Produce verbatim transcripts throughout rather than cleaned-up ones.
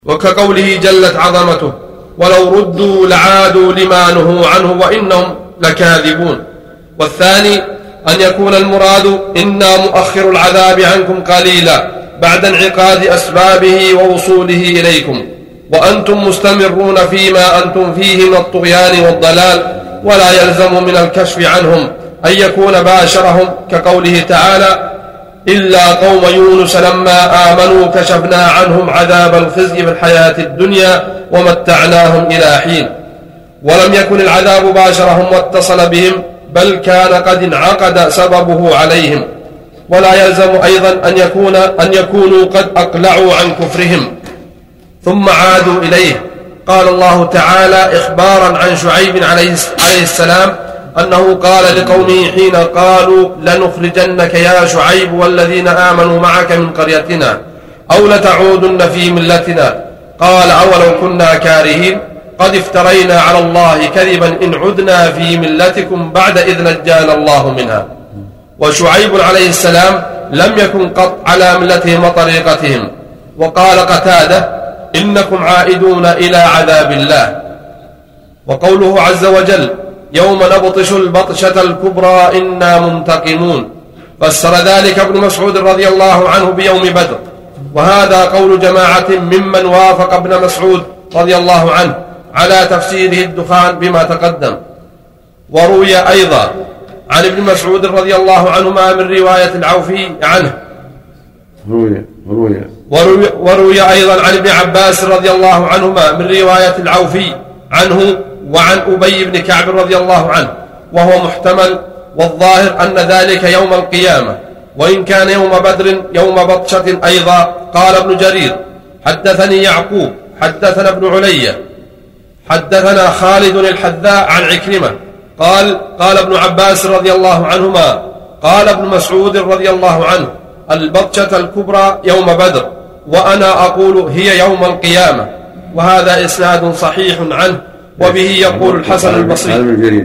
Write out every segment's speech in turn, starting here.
وكقوله جلت عظمته ولو ردوا لعادوا لما نهوا عنه وإنهم لكاذبون. والثاني أن يكون المراد إنا مؤخر العذاب عنكم قليلا بعد انعقاد أسبابه ووصوله إليكم وأنتم مستمرون فيما أنتم فيه من الطغيان والضلال، ولا يلزم من الكشف عنهم أن يكون باشرهم كقوله تعالى إلا قوم يونس لما آمنوا كشفنا عنهم عذاب الخزي في الحياة الدنيا ومتعناهم إلى حين. ولم يكن العذاب باشرهم واتصل بهم، بل كان قد انعقد سببه عليهم. ولا يلزم أيضا أن يكون أن يكونوا قد أقلعوا عن كفرهم ثم عادوا إليه. قال الله تعالى إخبارا عن شعيب عليه السلام أنه قال لقومه حين قالوا لنخرجنك يا شعيب والذين آمنوا معك من قريتنا أو لتعودن في ملتنا، قال أولو كنا كارهين قد افترينا على الله كذبا إن عدنا في ملتكم بعد إذ نجانا الله منها. وشعيب عليه السلام لم يكن قط على ملتهم وطريقتهم. وقال قتادة إنكم عائدون إلى عذاب الله. وقوله عز وجل يوم نبطش البطشة الكبرى إنا منتقمون، فسر ذلك ابن مسعود رضي الله عنه بيوم بدر، وهذا قول جماعة ممن وافق ابن مسعود رضي الله عنه على تفسيره الدخان بما تقدم. وروي أيضا عن ابن مسعود رضي الله عنهما من رواية العوفي عنه وروي وروي وروي, وروي أيضا عن ابن عباس رضي الله عنهما من رواية العوفي عنه وعن أبي بن كعب رضي الله عنه، وهو محتمل، والظاهر أن ذلك يوم القيامة، وإن كان يوم بدر يوم بطشة أيضا. قال ابن جرير حدثني يعقوب حدثنا ابن علي حدثنا خالد الحذاء عن عكرمة قال قال ابن عباس رضي الله عنهما قال ابن مسعود رضي الله عنه البطشة الكبرى يوم بدر، وأنا أقول هي يوم القيامة. وهذا إسناد صحيح عنه، وبه يقول الحسن البصري.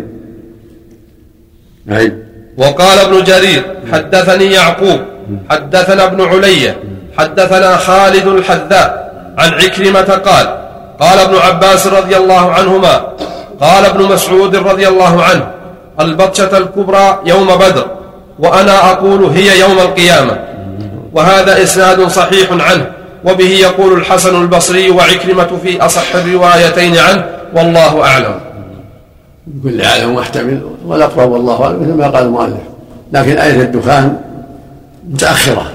وقال ابن جرير حدثني يعقوب حدثنا ابن علي حدثنا خالد الحذاء عن عكرمة قال قال ابن عباس رضي الله عنهما قال ابن مسعود رضي الله عنه البطشة الكبرى يوم بدر، وأنا أقول هي يوم القيامة. وهذا إسناد صحيح عنه، وبه يقول الحسن البصري وعكرمة في أصح الروايتين عنه، والله أعلم. كل عالم محتمل، والأقرب والله أعلم مثل ما قال المؤلف. لكن آية الدخان متأخرة،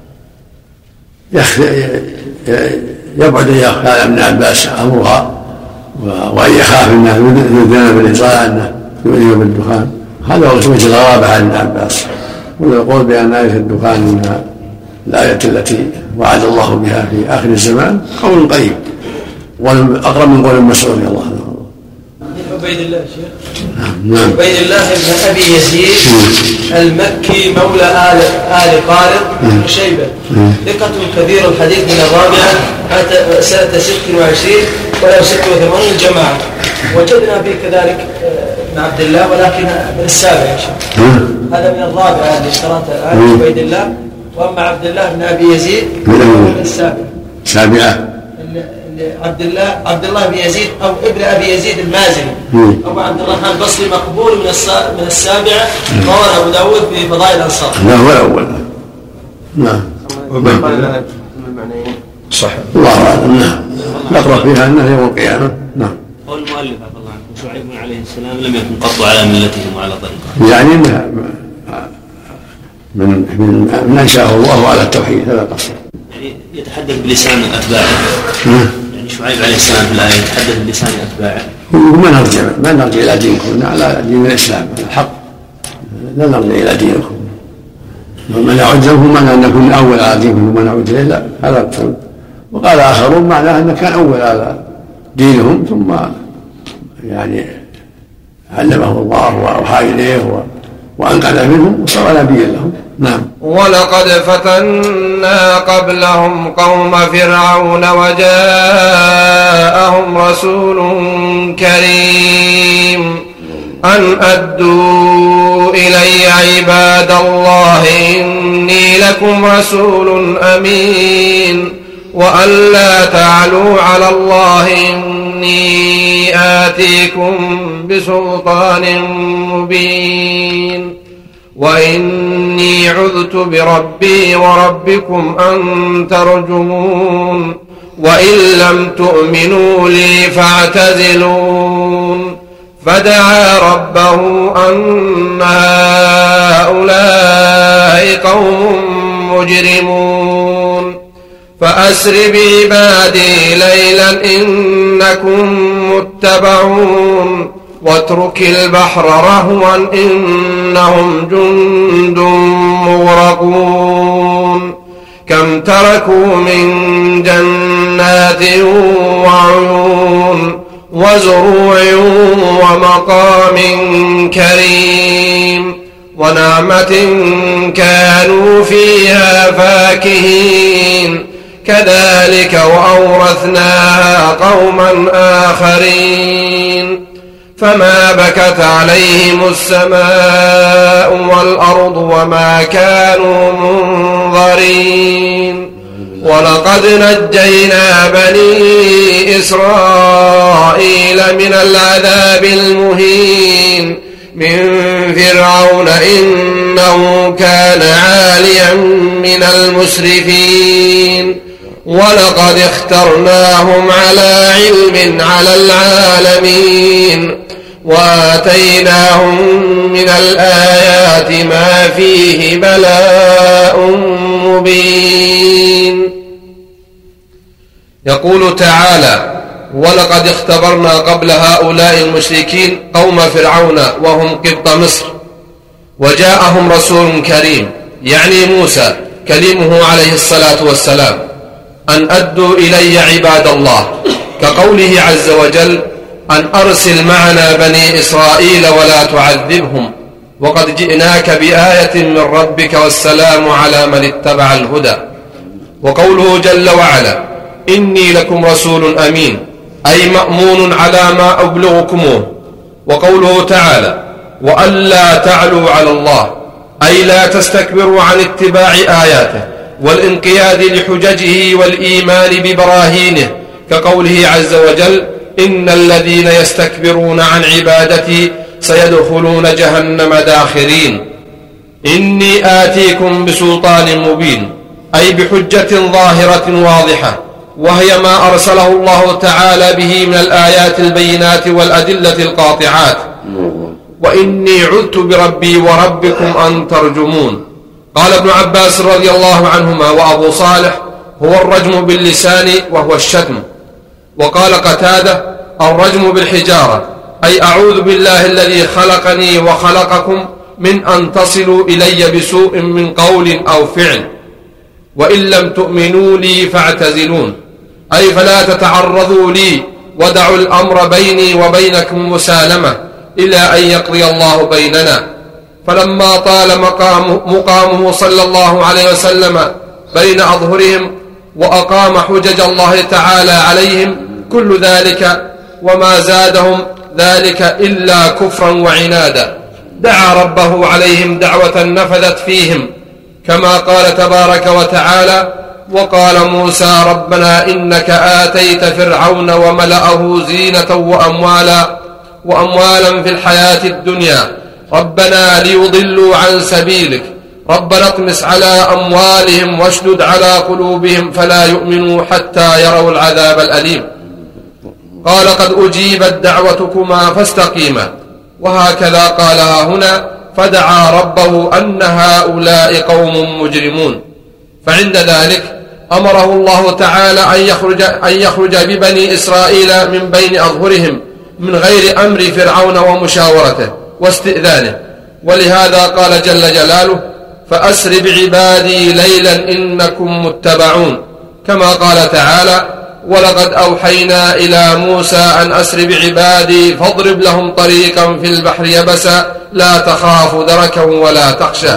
يبعد أن يخاف ابن عباس أمرها وأن يخاف الناس يذنب بالإطلاع أنه يؤذي بالدخان. هذا هو وجه الغرابة عن ابن عباس. والقول بأن آية الدخان منها الآية التي وعد الله بها في آخر الزمان قول قريب، وأقرب من قول مسعود رضي الله عنه. عبيد الله شيخ نعم عبيد الله بن أبي يزيد المكي مولى آل آل قارض بن شيبة، ثقة كبير الحديث من الرابعة سنة ست وعشرين ولا ست وثمانين جماعة. وجدنا به كذلك ابن عبد الله ولكن من السابع يا شيخ. هذا من الرابعة اللي اشترطها آل عبيد الله، وأما عبد الله بن أبي يزيد من السابع سابعة عبد الله عبد الله بن يزيد أو ابن أبي يزيد المازني أبو عبد الرحمن البصري مقبول من من السابعة، رواه أبو داود في فضائل الأنصار. لا هو الأول. نعم. صح. الله أعلم. نعم. نقرأ فيها أنها يوم القيامة. نعم. قول المؤلف عفى الله عنه شعيب عليه السلام لم يكن قط على ملتهم وعلى طريقهم. يعني إنها من من من أنشأه الله على التوحيد، هذا القصد. يعني يتحدث بلسان أتباعه. يعني شعيب عليه السلام في الآية يتحدث بلسان أتباعه. وما نرجع ما نرجع إلى دينكم، على دين الإسلام الحق، لا نرجع إلى دينكم. وما نعود لهم معنى أن نكون أول على دينكم وما نعود إليه، لا هذا القول. وقال آخرون معناه أن كان أول على دينهم ثم يعني علمه الله وأوحى إليه وأنقذ منهم وصار نبيا لهم. نعم. ولقد فتنا قبلهم قوم فرعون وجاءهم رسول كريم أن أدوا إلي عباد الله إني لكم رسول أمين. وألا تعلوا على الله إني آتيكم بسلطان مبين وإني عذت بربي وربكم أن ترجمون وإن لم تؤمنوا لي فاعتزلون فدعا ربه أن هؤلاء قوم مجرمون فأسر بعبادي ليلا إنكم متبعون واترك البحر رهوا إنهم جند مغرقون كم تركوا من جنات وعيون وزروع ومقام كريم ونعمة كانوا فيها فاكهين كذلك وأورثناها قوما آخرين فما بكت عليهم السماء والأرض وما كانوا منظرين ولقد نجينا بني إسرائيل من العذاب المهين من فرعون إنه كان عاليا من المسرفين ولقد اخترناهم على علم على العالمين وآتيناهم من الآيات ما فيه بلاء مبين. يقول تعالى ولقد اختبرنا قبل هؤلاء المشركين قوم فرعون وهم قبط مصر وجاءهم رسول كريم يعني موسى كليمه عليه الصلاة والسلام أن أدوا إلي عباد الله كقوله عز وجل أن أرسل معنا بني إسرائيل ولا تعذبهم وقد جئناك بآية من ربك والسلام على من اتبع الهدى. وقوله جل وعلا إني لكم رسول أمين أي مأمون على ما أبلغكموه. وقوله تعالى وألا تعلوا على الله أي لا تستكبروا عن اتباع آياته والانقياد لحججه والإيمان ببراهينه كقوله عز وجل إن الذين يستكبرون عن عبادتي سيدخلون جهنم داخرين. إني آتيكم بسلطان مبين أي بحجة ظاهرة واضحة وهي ما أرسله الله تعالى به من الآيات البينات والأدلة القاطعات. وإني عذت بربي وربكم أن ترجمون. قال ابن عباس رضي الله عنهما وأبو صالح هو الرجم باللسان وهو الشتم. وقال قتادة الرجم بالحجارة أي أعوذ بالله الذي خلقني وخلقكم من أن تصلوا إلي بسوء من قول أو فعل. وإن لم تؤمنوا لي فاعتزلون أي فلا تتعرضوا لي ودعوا الأمر بيني وبينكم مسالمة إلى أن يقضي الله بيننا. فلما طال مقامه, مقامه صلى الله عليه وسلم بين أظهرهم وأقام حجج الله تعالى عليهم كل ذلك وما زادهم ذلك إلا كفرا وعنادا دعا ربه عليهم دعوة نفذت فيهم كما قال تبارك وتعالى وقال موسى ربنا إنك آتيت فرعون وملأه زينة وأموالا وأموالا في الحياة الدنيا ربنا ليضلوا عن سبيلك ربنا اطمس على أموالهم واشدد على قلوبهم فلا يؤمنوا حتى يروا العذاب الأليم. قال قد أجيبت دعوتكما فاستقيما. وهكذا قالها هنا فدعا ربه أن هؤلاء قوم مجرمون. فعند ذلك أمره الله تعالى أن يخرج, أن يخرج ببني إسرائيل من بين أظهرهم من غير أمر فرعون ومشاورته واستئذانه. ولهذا قال جل جلاله فأسر بعبادي ليلا إنكم متبعون كما قال تعالى ولقد أوحينا إلى موسى أن أسر بعبادي فاضرب لهم طريقا في البحر يبسا لا تخاف دركا ولا تخشى.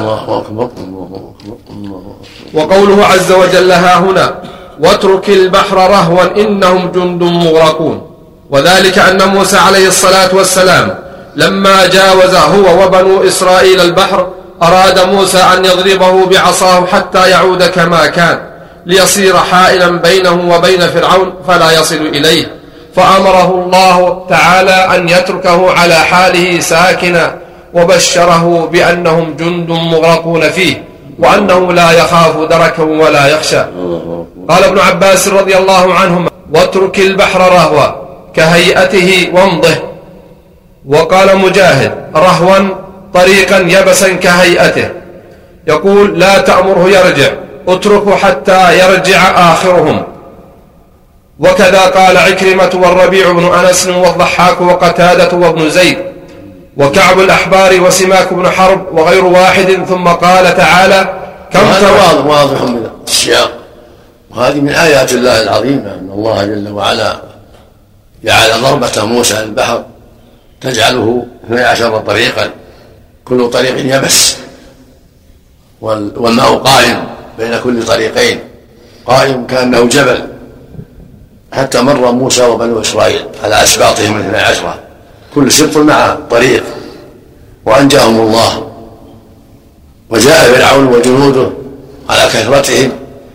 وقوله عز وجل ها هنا واترك البحر رهوا إنهم جند مغرقون. وذلك أن موسى عليه الصلاة والسلام لما جاوز هو وبنو إسرائيل البحر أراد موسى أن يضربه بعصاه حتى يعود كما كان ليصير حائلا بينه وبين فرعون فلا يصل إليه، فأمره الله تعالى أن يتركه على حاله ساكنا، وبشره بأنهم جند مغرقون فيه، وأنه لا يخاف دركا ولا يخشى. قال ابن عباس رضي الله عنهما: واترك البحر رهوا كهيئته وامضه. وقال مجاهد: رهوا طريقا يبسا كهيئته. يقول: لا تأمره يرجع، اتركه حتى يرجع آخرهم. وكذا قال عكرمة والربيع بن أنس والضحاك وقتادة وابن زيد وكعب الأحبار وسماك بن حرب وغير واحد. ثم قال تعالى: كم هذا واضح واضح من السياق، وهذه من آيات الله العظيمة أن الله جل وعلا جعل ضربة موسى للبحر تجعله اثني عشر طريقا كل طريق يبس، والماء قائم بين كل طريقين، قائم كأنه جبل، حتى مر موسى وبنو إسرائيل على أسباطهم الاثني عشرة كل سبط مع طريق، وأنجاهم الله. وجاء فرعون وجنوده على كثرتهم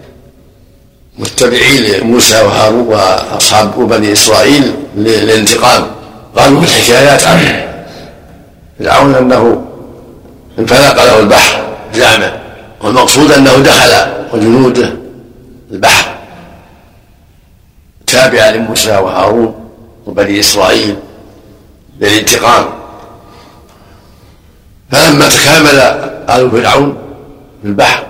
متبعين لموسى وهارون وأصحاب بني إسرائيل للانتقام. قالوا في الحكايات عن فرعون أنه انفلق له البحر زعمه، والمقصود أنه دخل وجنوده البحر تابعا لموسى وهارون وبني إسرائيل للانتقام. فلما تكامل آل فرعون في البحر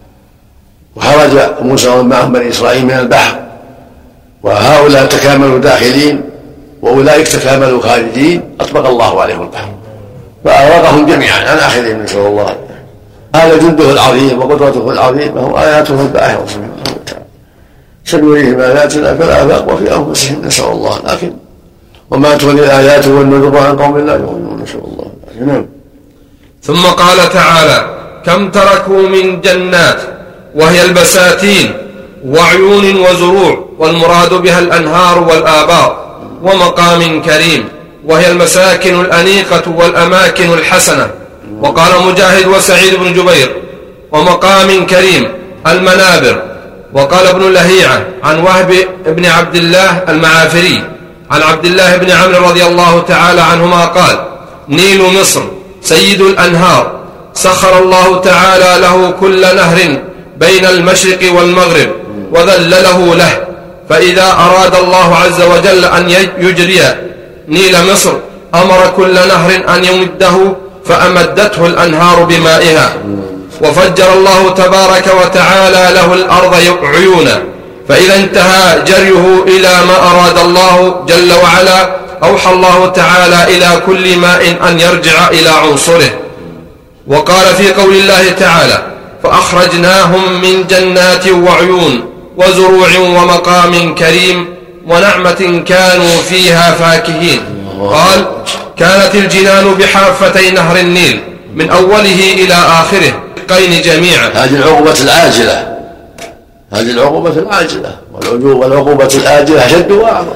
وخرج موسى ومعهم بني إسرائيل من البحر، وهؤلاء تكاملوا داخلين وأولئك تكاملوا خارجين، أطبق الله عليهم البحر فأغرقهم جميعا عن آخرهم، نسأل الله. هذا جنده العظيم وقدرته العظيمة وآياته الباهرة سبحانه وتعالى، سنريهم آياتنا في الآفاق وفي أنفسهم، نسأل الله. لكن وما تغني الآيات والنذر عن قوم لا يؤمنون، نسأل الله. نعم. ثم قال تعالى: كم تركوا من جنات، وهي البساتين، وعيون وزروع، والمراد بها الأنهار والآبار، ومقام كريم، وهي المساكن الأنيقة والأماكن الحسنة. وقال مجاهد وسعيد بن جبير: ومقام كريم المنابر. وقال ابن لهيعة عن وهب بن عبد الله المعافري عن عبد الله بن عمرو رضي الله تعالى عنهما قال: نيل مصر سيد الأنهار، سخر الله تعالى له كل نهر بين المشرق والمغرب وذلله له، فإذا أراد الله عز وجل أن يجري نيل مصر أمر كل نهر أن يمده فأمدته الأنهار بمائها، وفجر الله تبارك وتعالى له الأرض عيونا، فإذا انتهى جريه إلى ما أراد الله جل وعلا أوحى الله تعالى إلى كل ماء أن يرجع إلى عنصره. وقال في قول الله تعالى: فأخرجناهم من جنات وعيون وزروع ومقام كريم ونعمة كانوا فيها فاكهين. قال: كانت الجنان بحافتي نهر النيل من أوله إلى آخره قين جميعا. هذه العقوبة العاجلة، هذه العقوبة العاجلة، والعقوبة الآجلة أشد وأعظم.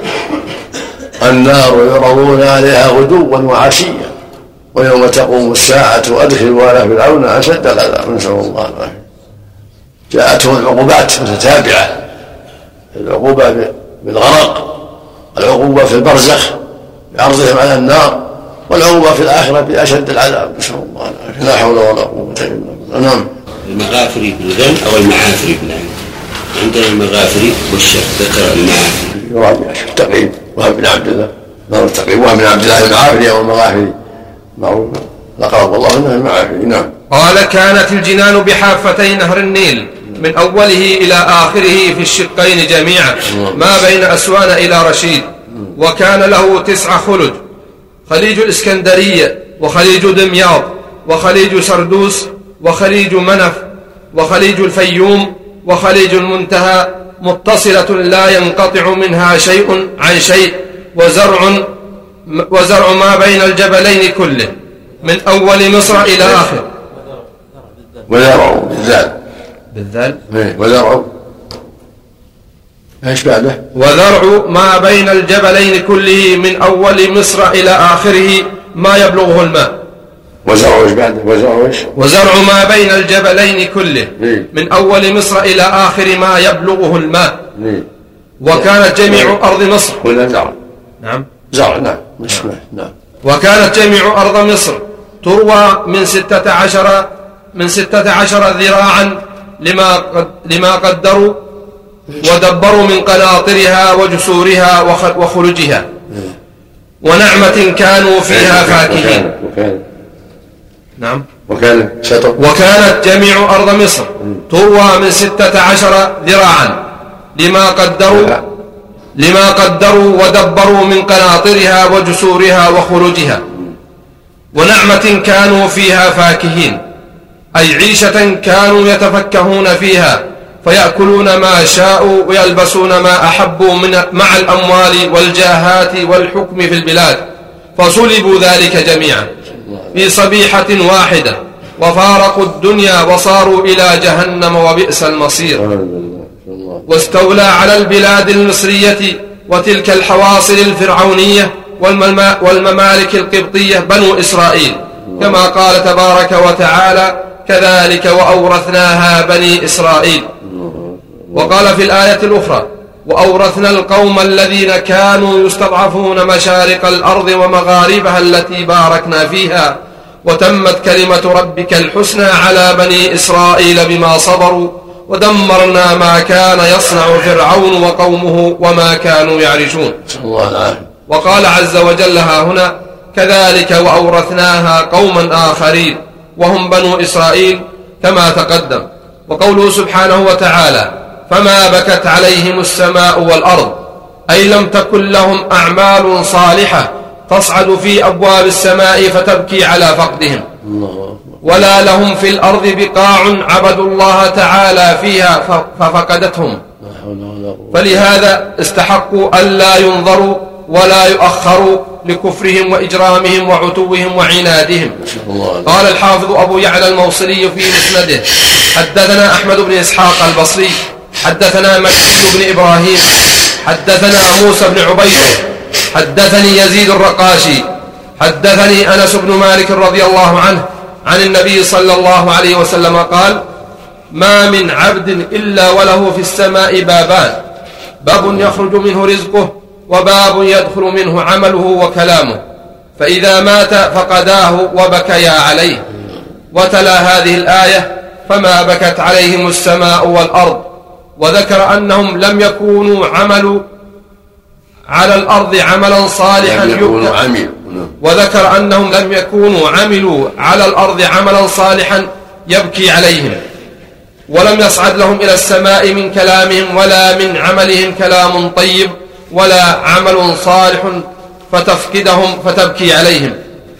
النار يعرضون عليها غدوا وعشيا ويوم تقوم الساعة أدخلوا آل فرعون أشد العذاب، نسأل الله العافية. جاءتهم العقوبات متتابعة، العقوبة بالغرق، العقوبة في البرزخ بعرضهم على النار، والعقوبة في الآخرة بأشد العذاب، نسأل الله العافية. لا حول ولا قوة إلا بالله. نعم. المغافري بالغن أو المعافري بالعين؟ عندنا المغافري والشك ذكر المعافري. يراد التقريب، وهب بن عبد الله نار التقريب، وهب بن عبد الله المعافري أو المغافري معروف، لقب الله إنه المعافري. نعم. قال: كانت الجنان بحافتي نهر النيل من أوله إلى آخره في الشقين جميعا ما بين أسوان إلى رشيد، وكان له تسع خلج: خليج الإسكندرية، وخليج دمياط، وخليج سردوس، وخليج منف، وخليج الفيوم، وخليج المنتهى، متصلة لا ينقطع منها شيء عن شيء، وزرع وزرع ما بين الجبلين كله من أول مصر إلى آخر. وزرع بالذال بالذال وزرع ايش بعده؟ وزرع ما بين الجبلين كله من أول مصر إلى آخره ما يبلغه الماء. وزرع ايش بعد؟ وزرع ايش؟ وزرع ما بين الجبلين كله من أول مصر إلى آخر ما يبلغه الماء. وكانت جميع أرض مصر ولا زرع؟ نعم زرع. نعم نعم. وكانت جميع أرض مصر تروى من ستة عشر من ستة عشر ذراعا لما قد لما قدروا ودبروا من قناطرها وجسورها وخلجها، ونعمة كانوا فيها فاكهين. نعم. وكانت شطر. وكانت جميع أرض مصر تروى من ستة عشر ذراعا لما قدروا لما قدروا ودبروا من قناطرها وجسورها وخلجها، ونعمة كانوا فيها فاكهين، أي عيشة كانوا يتفكهون فيها فيأكلون ما شاءوا ويلبسون ما أحبوا من مع الأموال والجاهات والحكم في البلاد، فصلبوا ذلك جميعا في صبيحة واحدة وفارقوا الدنيا وصاروا إلى جهنم وبئس المصير. واستولى على البلاد المصرية وتلك الحواصل الفرعونية والممالك القبطية بنو إسرائيل، كما قال تبارك وتعالى: كذلك وأورثناها بني إسرائيل. وقال في الآية الأخرى: وأورثنا القوم الذين كانوا يستضعفون مشارق الأرض ومغاربها التي باركنا فيها وتمت كلمة ربك الحسنى على بني إسرائيل بما صبروا ودمرنا ما كان يصنع فرعون وقومه وما كانوا يعرشون. وقال عز وجل ها هنا: كذلك وأورثناها قوما آخرين وهم بنو إسرائيل كما تقدم. وقوله سبحانه وتعالى: فما بكت عليهم السماء والأرض، أي لم تكن لهم أعمال صالحة تصعد في أبواب السماء فتبكي على فقدهم، ولا لهم في الأرض بقاع عبدوا الله تعالى فيها ففقدتهم، فلهذا استحقوا ألا ينظروا ولا يؤخروا لكفرهم وإجرامهم وعتوهم وعنادهم. قال الحافظ أبو يعلى الموصلي في مسنده: حدثنا أحمد بن إسحاق البصري حدثنا مكي بن إبراهيم حدثنا موسى بن عبيد حدثني يزيد الرقاشي حدثني أنس بن مالك رضي الله عنه عن النبي صلى الله عليه وسلم قال: ما من عبد إلا وله في السماء بابان، باب يخرج منه رزقه وباب يدخل منه عمله وكلامه، فإذا مات فقداه وبكيا عليه. وتلا هذه الآية: فما بكت عليهم السماء والأرض، وذكر أنهم لم يكونوا عملوا على الأرض عملا صالحا يبكى وذكر أنهم لم يكونوا عملوا على الأرض عملا صالحا يبكي عليهم، ولم يصعد لهم إلى السماء من كلامهم ولا من عملهم كلام طيب ولا عمل صالح فتفقدهم فتبكي عليهم.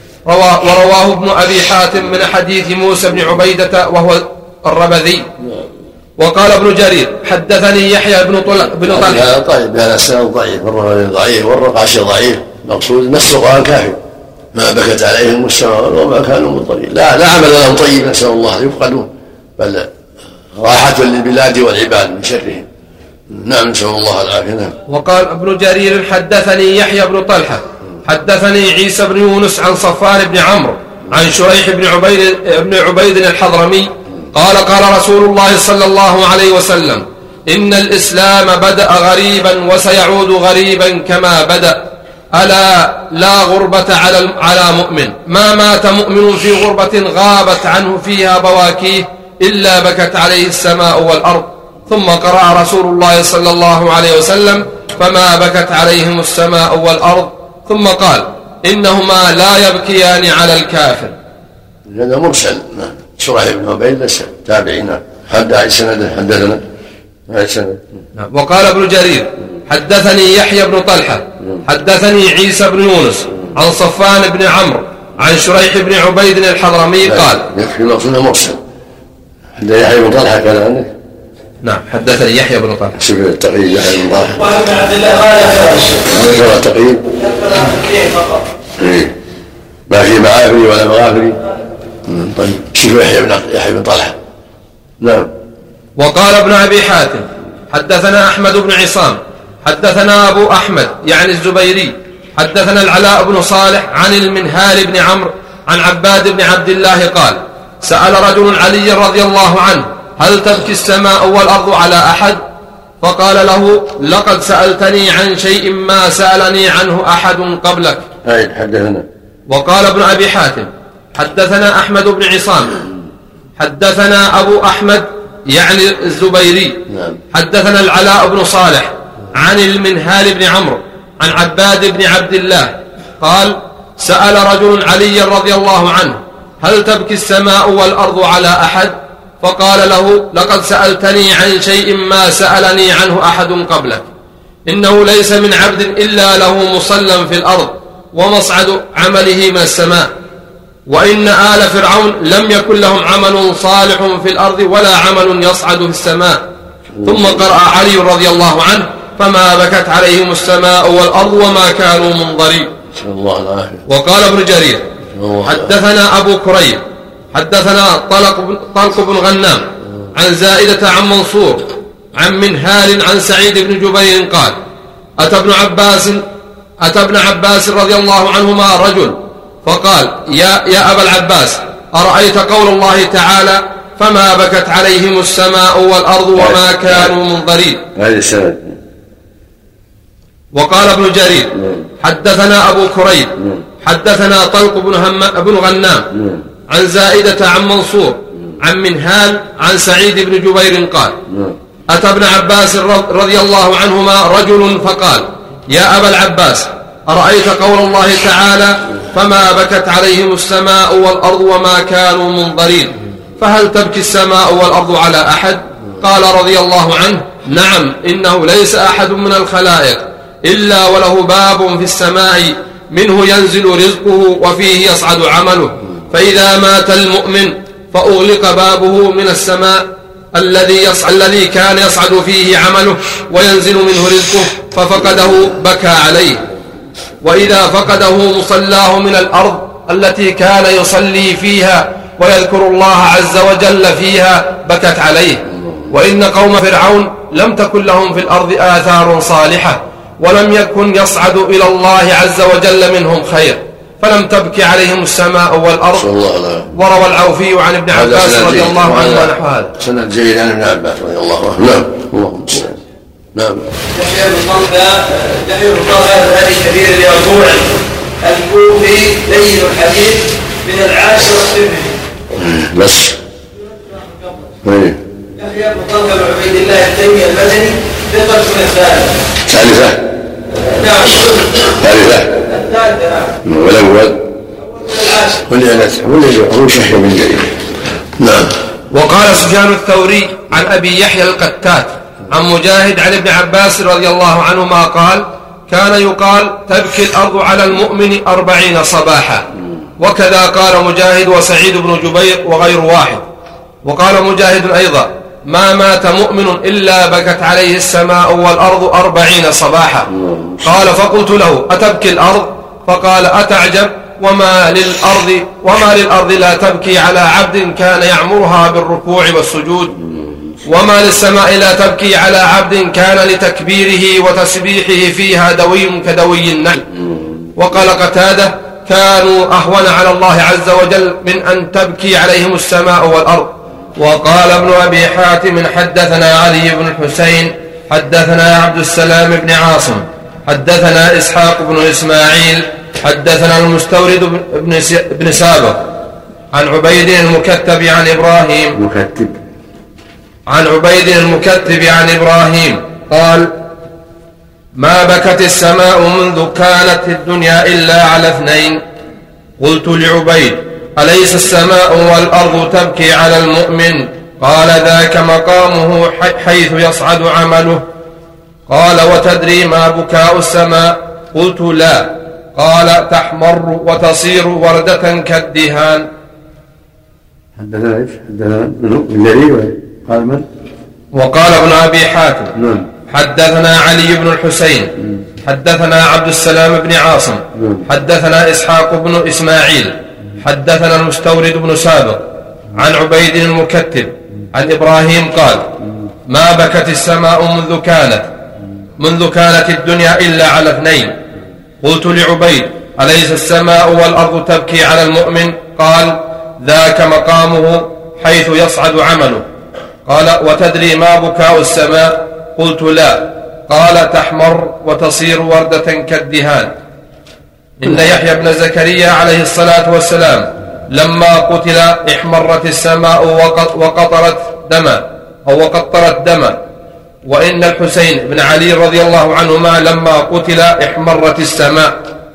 ورواه ابن أبي حاتم من حديث موسى بن عبيدة وهو الربذي. وقال ابن جرير: حدثني يحيى بن طلحة. هذا طيب، هذا السند ضعيف، والربذي ضعيف، والرقاشي ضعيف. مقصود نص القرآن كافي: ما بكت عليهم السماء وما كانوا مضطرين. لا لا عمل لهم طيب، نسأل الله يفقدون، بل راحة للبلاد والعباد من شرهم. نعم، نسأل الله العافية. نعم. وقال ابن جرير: حدثني يحيى بن طلحة حدثني عيسى بن يونس عن صفوان بن عمرو عن شريح بن عبيد بن عبيد الحضرمي قال: قال رسول الله صلى الله عليه وسلم: إن الإسلام بدأ غريبا وسيعود غريبا كما بدأ، ألا لا غربة على على مؤمن، ما مات مؤمن في غربة غابت عنه فيها بواكيه إلا بكت عليه السماء والأرض. ثم قرأ رسول الله صلى الله عليه وسلم: فما بكت عليهم السماء والأرض، ثم قال: إنهما لا يبكيان على الكافر. هذا مرسل. شريح بن عبيد ليس تابعين. حد عن سنده حدثنا عن سنده. وقال ابن جرير: حدثني يحيى بن طلحة حدثني عيسى بن يونس عن صفوان بن عمرو عن شريح بن عبيد الحضرمي قال. يكفي مقصود مرسل. حدث يحيى بن طلحة كان عندك؟ نعم، حدثني يحيى بن طلحة. شوف التقييد يحيى بن طلحة. وعن عبد الله قال التقييد ما في معافري ولا مغافري. طيب، شوف يحيى بن يحيى بن طلحة. نعم. وقال ابن أبي حاتم: حدثنا أحمد بن عصام حدثنا أبو أحمد يعني الزبيري حدثنا العلاء بن صالح عن المنهال بن عمرو عن عباد بن عبد الله قال سأل رجل علي رضي الله عنه هل تبكي السماء والأرض على أحد؟ فقال له لقد سألتني عن شيء ما سألني عنه أحد قبلك. حدثنا. وقال ابن أبي حاتم حدثنا أحمد بن عصام حدثنا أبو أحمد يعني الزبيري حدثنا العلاء بن صالح عن المنهال بن عمرو عن عباد بن عبد الله قال سأل رجل علي رضي الله عنه هل تبكي السماء والأرض على أحد؟ فقال له لقد سألتني عن شيء ما سألني عنه أحد قبلك. إنه ليس من عبد إلا له مصلى في الأرض ومصعد عمله من السماء، وإن آل فرعون لم يكن لهم عمل صالح في الأرض ولا عمل يصعد في السماء. ثم قرأ علي رضي الله عنه فما بكت عليهم السماء والأرض وما كانوا منظرين. وقال ابن جرير حدثنا أبو كريب حدثنا طلق, طلق بن غنام عن زائدة عن منصور عن منهال عن سعيد بن جبير قال أتى ابن عباس أتى ابن عباس رضي الله عنهما رجل فقال يا, يا أبا العباس أرأيت قول الله تعالى فما بكت عليهم السماء والأرض وما كانوا منظرين. وقال ابن جرير حدثنا أبو كريب حدثنا طلق بن غنام عن زائدة عن منصور عن منهال عن سعيد بن جبير قال أتى ابن عباس رضي الله عنهما رجل فقال يا أبا العباس أرأيت قول الله تعالى فما بكت عليهم السماء والأرض وما كانوا منظرين فهل تبكي السماء والأرض على أحد؟ قال رضي الله عنه نعم إنه ليس أحد من الخلائق إلا وله باب في السماء منه ينزل رزقه وفيه يصعد عمله، فإذا مات المؤمن فأغلق بابه من السماء الذي يصعد الذي كان يصعد فيه عمله وينزل منه رزقه ففقده بكى عليه، وإذا فقده مصلاه من الأرض التي كان يصلي فيها ويذكر الله عز وجل فيها بكت عليه. وإن قوم فرعون لم تكن لهم في الأرض آثار صالحة ولم يكن يصعد إلى الله عز وجل منهم خير فلم تبكي عليهم السماء والأرض. وروى العوفي عن ابن عباس رضي الله عنه ونحو هذا. سند جيد عن ابن عباس رضي الله عنه. نعم اللهم صل. نعم. يحيى بن طلحة يحيى بن طلحة هذا كبير اليربوع الكوفي لين الحديث من العاشر الصفر. بس. يحيى بن طلحة بن عبيد الله التيمي المدني ثقة من الثالث. ثالثة. نعم. ثالثة. الثالثة نعم. والأول. العاشر. والإعلى والإعلى يحيى بن جرير. نعم. وقال سفيان الثوري عن أبي يحيى القتات عن مجاهد عن ابن عباس رضي الله عنهما قال كان يقال تبكي الأرض على المؤمن أربعين صباحا، وكذا قال مجاهد وسعيد بن جبير وغير واحد. وقال مجاهد أيضا ما مات مؤمن إلا بكت عليه السماء والأرض أربعين صباحا. قال فقلت له أتبكي الأرض؟ فقال أتعجب وما للأرض, وما للأرض لا تبكي على عبد كان يعمرها بالركوع والسجود، وما للسماء لا تبكي على عبد كان لتكبيره وتسبيحه فيها دوي كدوي النحل. وقال قتادة كانوا أهون على الله عز وجل من أن تبكي عليهم السماء والأرض. وقال ابن أبي حاتم حدثنا علي بن الحسين حدثنا عبد السلام بن عاصم حدثنا إسحاق بن إسماعيل حدثنا المستورد بن سابق عن عبيد المكتب عن إبراهيم مكتب عن عبيد المكتب عن إبراهيم قال ما بكت السماء منذ كانت الدنيا إلا على اثنين. قلت لعبيد أليس السماء والأرض تبكي على المؤمن؟ قال ذاك مقامه حيث يصعد عمله. قال وتدري ما بكاء السماء؟ قلت لا. قال تحمر وتصير وردة كالدهان. حدثنا ايش؟ حدثنا من جرير قال من؟ وقال ابن أبي حاتم نعم. حدثنا علي بن الحسين حدثنا عبد السلام بن عاصم حدثنا إسحاق بن إسماعيل حدثنا المستورد بن سابق عن عبيد المكتب عن إبراهيم قال ما بكت السماء منذ كانت منذ كانت الدنيا إلا على اثنين. قلت لعبيد أليس السماء والأرض تبكي على المؤمن؟ قال ذاك مقامه حيث يصعد عمله. قال وتدري ما بكاء السماء؟ قلت لا. قال تحمر وتصير وردة كالدهان. إن يحيى بن زكريا عليه الصلاة والسلام لما قتل احمرت السماء وقطرت دما أو وقطرت دما، وإن الحسين بن علي رضي الله عنهما لما قتل احمرت السماء.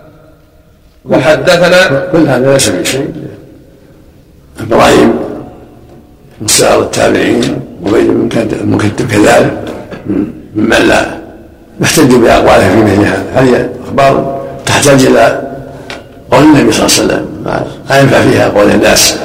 وحدثنا كل هذا ليس من شيء. إبراهيم من سائر التابعين وبين المكتب كذلك ممن لا يحتج بأقواله في مثل هذا. هذه أخبار تحتاج إلى قول النبي صلى الله عليه وسلم، لا ينفع فيها قول الناس.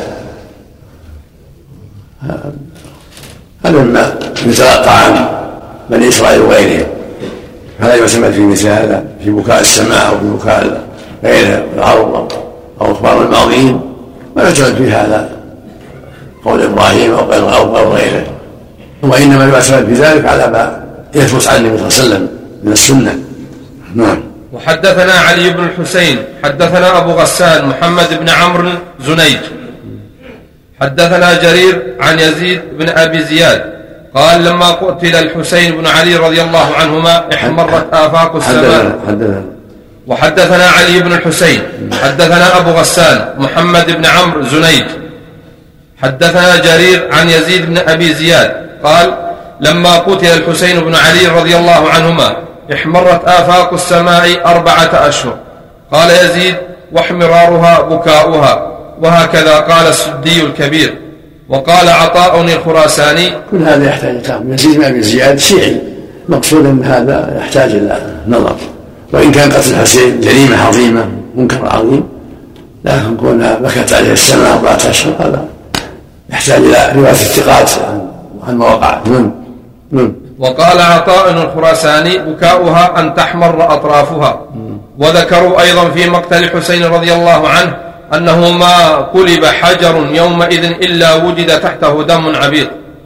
هذا مما يتلقى عن بني إسرائيل وغيرهم، فلا يعتمد في مثل هذا في بكاء السماء أو في بكاء غيرها الأرض أو أخبار الماضيين، ويعتمد في هذا قول إبراهيم أو قول غيره، وإنما يعتمد في ذلك على ما يثبت عن النبي صلى الله عليه وسلم من السنة. نعم. وحدثنا علي بن الحسين حدثنا أبو غسان محمد بن عمرو زنيج حدثنا جرير عن يزيد بن أبي زياد قال لما قتل الحسين بن علي رضي الله عنهما احمرت آفاق السماء. وحدثنا علي بن الحسين حدثنا أبو غسان محمد بن عمرو زنيج حدثنا جرير عن يزيد بن أبي زياد قال لما قتل الحسين بن علي رضي الله عنهما احمرت آفاق السماء أربعة أشهر. قال يزيد واحمرارها بكاؤها، وهكذا قال السدي الكبير. وقال عطاء الخراساني كل هذا يحتاج إلى يزيد بن أبي زياد شيعي، مقصود أن هذا يحتاج إلى نظر، وإن كان قتل الحسين جريمة عظيمة منكر عظيم، لكن كونها بكت عليه السماء أربعة أشهر هذا يحتاج إلى رواية الثقات عن مواقع. وقال عطاء الخراساني بكاؤها أن تحمر أطرافها. وذكروا أيضا في مقتل الحسين رضي الله عنه أنه ما قلب حجر يومئذ إلا وجد تحته دم عبيط،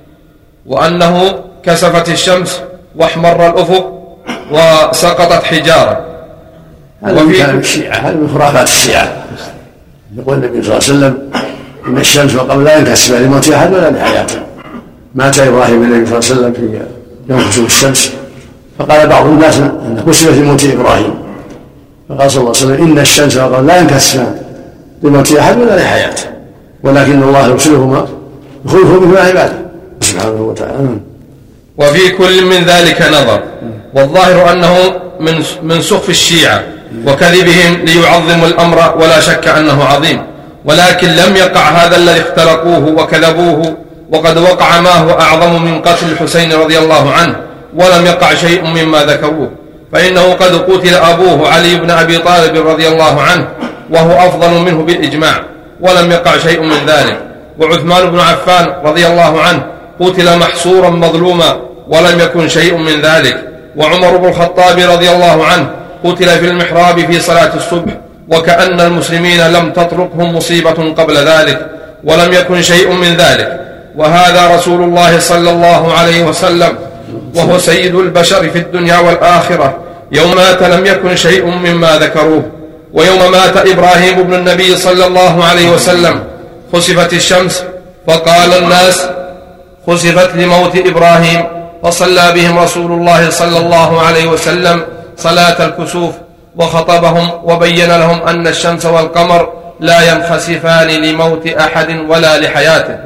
وأنه كسفت الشمس واحمر الأفق وسقطت حجارة. هذا من كلام الشيعة، هذا من خرافات الشيعة. يقول النبي صلى الله عليه وسلم إن الشمس والقمر لا ينكسفان لموت أحد ولا لحياته. مات إبراهيم النبي صلى الله عليه وسلم في يوم كسوف الشمس، فقال بعض الناس أن كسفت لموت إبراهيم، فقال صلى الله عليه وسلم إن الشمس والقمر لا ينكسفان لموت أحد ولا لحياته، ولكن الله يرسلهما يخلفه بهما عباده سبحانه وتعالى. وفي كل من ذلك نظر، والظاهر أنه من من سخف الشيعة وكذبهم ليعظموا الأمر، ولا شك أنه عظيم، ولكن لم يقع هذا الذي اختلقوه وكذبوه، وقد وقع ما هو أعظم من قتل الحسين رضي الله عنه، ولم يقع شيء مما ذكروه، فإنه قد قتل أبوه علي بن أبي طالب رضي الله عنه وهو أفضل منه بالإجماع، ولم يقع شيء من ذلك. وعثمان بن عفان رضي الله عنه قتل محصورا مظلوما ولم يكن شيء من ذلك. وعمر بن الخطاب رضي الله عنه قتل في المحراب في صلاة الصبح، وكأن المسلمين لم تطرقهم مصيبة قبل ذلك، ولم يكن شيء من ذلك. وهذا رسول الله صلى الله عليه وسلم وهو سيد البشر في الدنيا والآخرة، يوم مات لم يكن شيء مما ذكروه. ويوم مات إبراهيم بن النبي صلى الله عليه وسلم خسفت الشمس، فقال الناس خسفت لموت إبراهيم، فصلى بهم رسول الله صلى الله عليه وسلم صلاة الكسوف، وخطبهم وبين لهم أن الشمس والقمر لا ينخسفان لموت أحد ولا لحياته.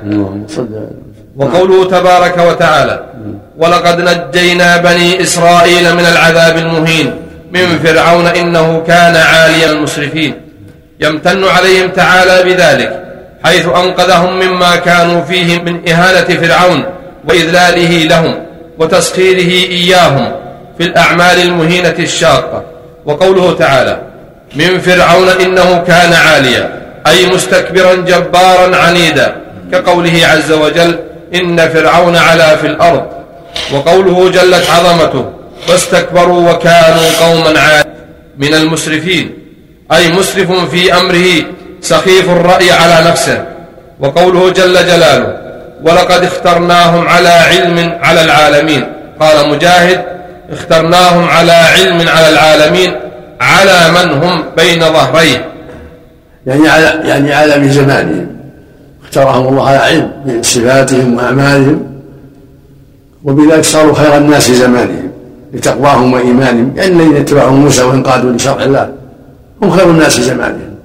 وقوله تبارك وتعالى ولقد نجينا بني إسرائيل من العذاب المهين من فرعون إنه كان عاليا المسرفين، يمتن عليهم تعالى بذلك حيث أنقذهم مما كانوا فيه من إهانة فرعون وإذلاله لهم وتسخيره إياهم في الأعمال المهينة الشاقة. وقوله تعالى من فرعون إنه كان عاليا أي مستكبرا جبارا عنيدا، كقوله عز وجل إن فرعون علا في الأرض. وقوله جلت عظمته واستكبروا وكانوا قوما عالين من المسرفين أي مسرف في أمره سخيف الرأي على نفسه. وقوله جل جلاله ولقد اخترناهم على علم على العالمين، قال مجاهد اخترناهم على علم على العالمين على من هم بين ظهريه، يعني على يعني عالم زمانهم، اختارهم الله على علم من صفاتهم وأعمالهم، وبذلك صاروا خير الناس زمانهم لتقواهم وإيمانهم، لأن الذين اتبعوا موسى وانقادوا لشرع الله هم خير الناس زمانهم.